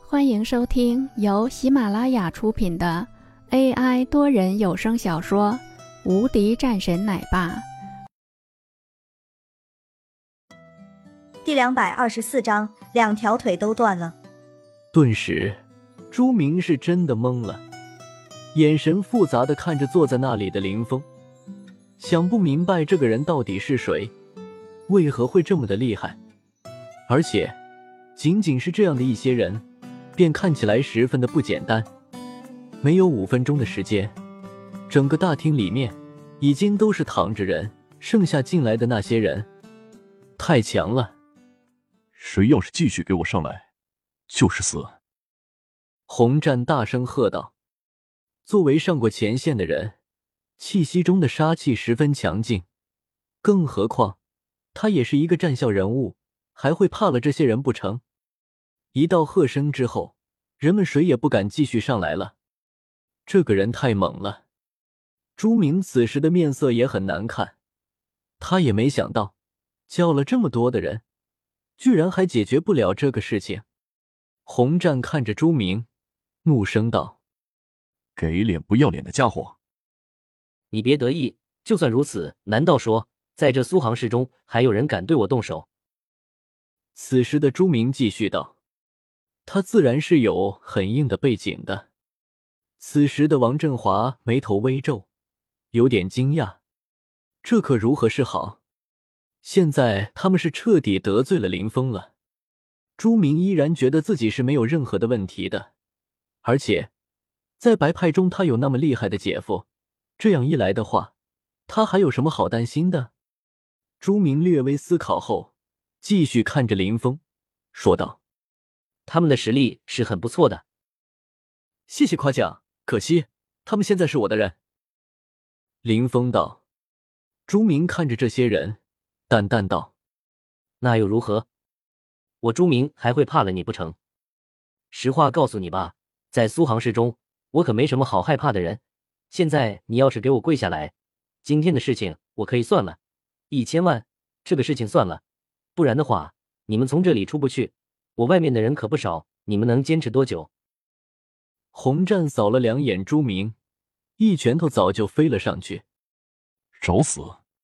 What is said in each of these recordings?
欢迎收听由喜马拉雅出品的 AI 多人有声小说《无敌战神奶爸》 第224章，两条腿都断了。 顿时，朱明是真的懵了，眼神复杂地看着坐在那里的林峰，想不明白这个人到底是谁，为何会这么的厉害，而且仅仅是这样的一些人便看起来十分的不简单。没有5分钟的时间，整个大厅里面已经都是躺着人，剩下进来的那些人太强了。 谁要是继续给我上来，就是死。 洪战大声喝道。作为上过前线的人，气息中的杀气十分强劲，更何况他也是一个战校人物，还会怕了这些人不成？一道喝声之后，人们谁也不敢继续上来了。这个人太猛了。朱明此时的面色也很难看，他也没想到叫了这么多的人，居然还解决不了这个事情。洪战看着朱明，怒声道： 给脸不要脸的家伙！ 你别得意，就算如此，难道说在这苏杭市中还有人敢对我动手？ 此时的朱明继续道，他自然是有很硬的背景的。此时的王振华眉头微皱，有点惊讶，这可如何是好？现在他们是彻底得罪了林峰了。朱明依然觉得自己是没有任何的问题的，而且在白派中他有那么厉害的姐夫，这样一来的话，他还有什么好担心的？朱明略微思考后，继续看着林峰说道， 他们的实力是很不错的。 谢谢夸奖，可惜他们现在是我的人。林峰道。朱明看着这些人淡淡道， 那又如何？我朱明还会怕了你不成？实话告诉你吧，在苏杭市中我可没什么好害怕的人，现在你要是给我跪下来，今天的事情我可以算了，1000万这个事情算了，不然的话你们从这里出不去，我外面的人可不少，你们能坚持多久？ 洪战扫了2眼朱明，一拳头早就飞了上去。 找死！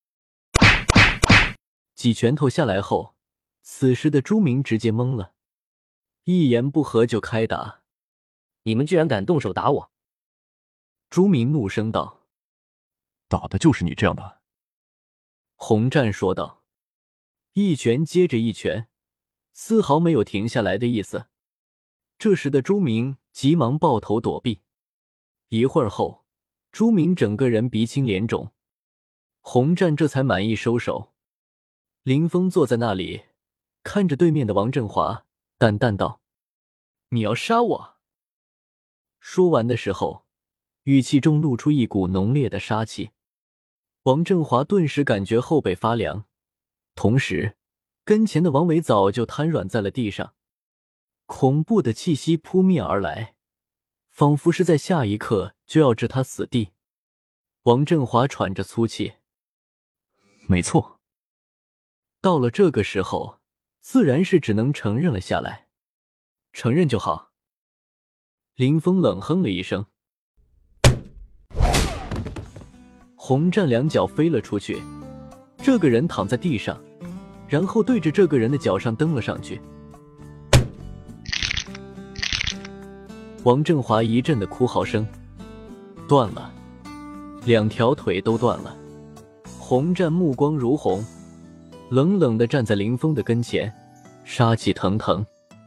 几拳头下来后，此时的朱明直接懵了，一言不合就开打。 你们居然敢动手打我！ 朱明怒声道。 打的就是你这样的。 洪战说道，一拳接着一拳，丝毫没有停下来的意思。这时的朱明急忙抱头躲避，一会儿后，朱明整个人鼻青脸肿。洪战这才满意收手。林峰坐在那里，看着对面的王振华，淡淡道：你要杀我？说完的时候，语气中露出一股浓烈的杀气。王振华顿时感觉后背发凉，同时跟前的王伟早就瘫软在了地上。恐怖的气息扑面而来，仿佛是在下一刻就要置他死地。王振华喘着粗气， 没错。 到了这个时候，自然是只能承认了下来。承认就好。林峰冷哼了一声，洪战2脚飞了出去，这个人躺在地上，然后对着这个人的脚上蹬了上去。王振华一阵的哭嚎声，断了，2条腿都断了。洪战目光如虹，冷冷地站在林峰的跟前，杀气腾腾。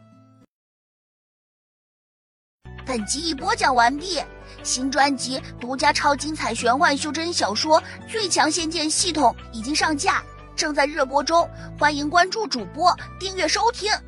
本集已播讲完毕，新专辑独家超精彩玄幻修真小说《最强仙剑系统》已经上架，正在热播中，欢迎关注主播，订阅收听。